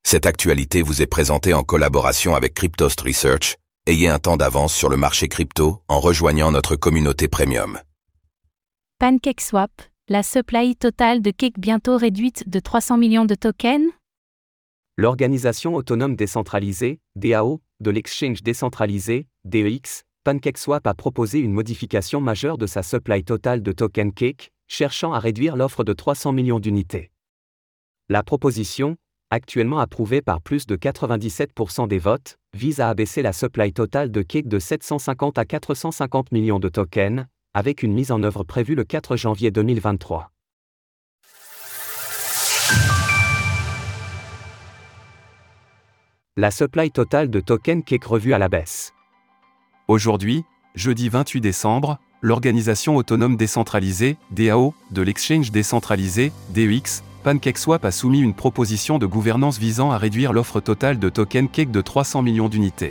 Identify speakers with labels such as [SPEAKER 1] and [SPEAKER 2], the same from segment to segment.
[SPEAKER 1] Cette actualité vous est présentée en collaboration avec Cryptost Research. Ayez un temps d'avance sur le marché crypto en rejoignant notre communauté premium.
[SPEAKER 2] PancakeSwap, la supply totale de cake bientôt réduite de 300 millions de tokens?
[SPEAKER 3] L'organisation autonome décentralisée, DAO, de l'exchange décentralisé, DEX, PancakeSwap a proposé une modification majeure de sa supply totale de token cake, cherchant à réduire l'offre de 300 millions d'unités. La proposition, actuellement approuvée par plus de 97% des votes, vise à abaisser la supply totale de cake de 750 à 450 millions de tokens, avec une mise en œuvre prévue le 4 janvier 2023. La supply totale de token cake revue à la baisse.
[SPEAKER 4] Aujourd'hui, jeudi 28 décembre, l'organisation autonome décentralisée, DAO, de l'exchange décentralisé, DEX, PancakeSwap a soumis une proposition de gouvernance visant à réduire l'offre totale de token cake de 300 millions d'unités.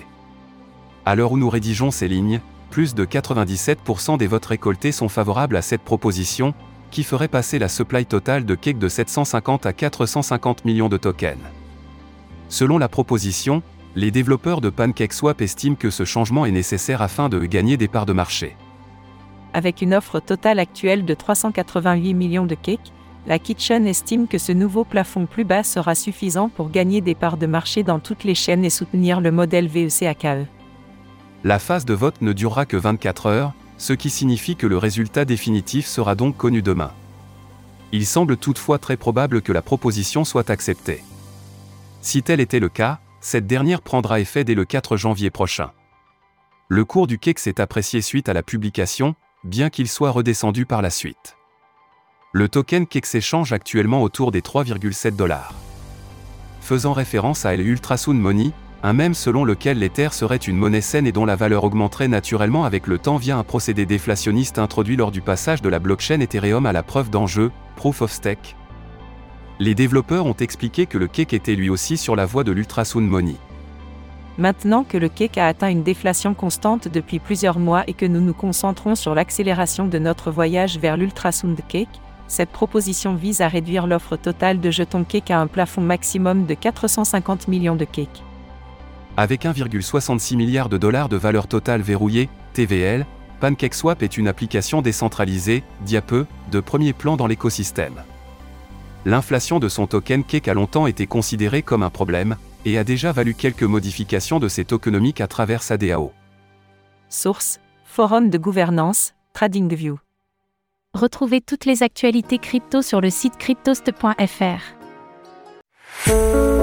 [SPEAKER 4] À l'heure où nous rédigeons ces lignes, plus de 97% des votes récoltés sont favorables à cette proposition, qui ferait passer la supply totale de cake de 750 à 450 millions de tokens. Selon la proposition, les développeurs de PancakeSwap estiment que ce changement est nécessaire afin de gagner des parts de marché.
[SPEAKER 5] Avec une offre totale actuelle de 388 millions de cakes, la Kitchen estime que ce nouveau plafond plus bas sera suffisant pour gagner des parts de marché dans toutes les chaînes et soutenir le modèle VEC-AKE.
[SPEAKER 4] La phase de vote ne durera que 24 heures, ce qui signifie que le résultat définitif sera donc connu demain. Il semble toutefois très probable que la proposition soit acceptée. Si tel était le cas, cette dernière prendra effet dès le 4 janvier prochain. Le cours du cake s'est apprécié suite à la publication, bien qu'il soit redescendu par la suite. Le token cake s'échange actuellement autour des 3,7$. Faisant référence à l'Ultrasound Money, un mème selon lequel l'Ether serait une monnaie saine et dont la valeur augmenterait naturellement avec le temps via un procédé déflationniste introduit lors du passage de la blockchain Ethereum à la preuve d'enjeu, Proof of Stake. Les développeurs ont expliqué que le cake était lui aussi sur la voie de l'Ultrasound Money.
[SPEAKER 5] Maintenant que le cake a atteint une déflation constante depuis plusieurs mois et que nous nous concentrons sur l'accélération de notre voyage vers l'Ultrasound Cake, cette proposition vise à réduire l'offre totale de jetons cake à un plafond maximum de 450 millions de cakes.
[SPEAKER 4] Avec 1,66 milliard de dollars de valeur totale verrouillée, TVL, PancakeSwap est une application décentralisée, DAPE, de premier plan dans l'écosystème. L'inflation de son token cake a longtemps été considérée comme un problème, et a déjà valu quelques modifications de ses tokenomiques à travers sa DAO.
[SPEAKER 5] Source: Forum de gouvernance, TradingView.
[SPEAKER 2] Retrouvez toutes les actualités crypto sur le site cryptost.fr.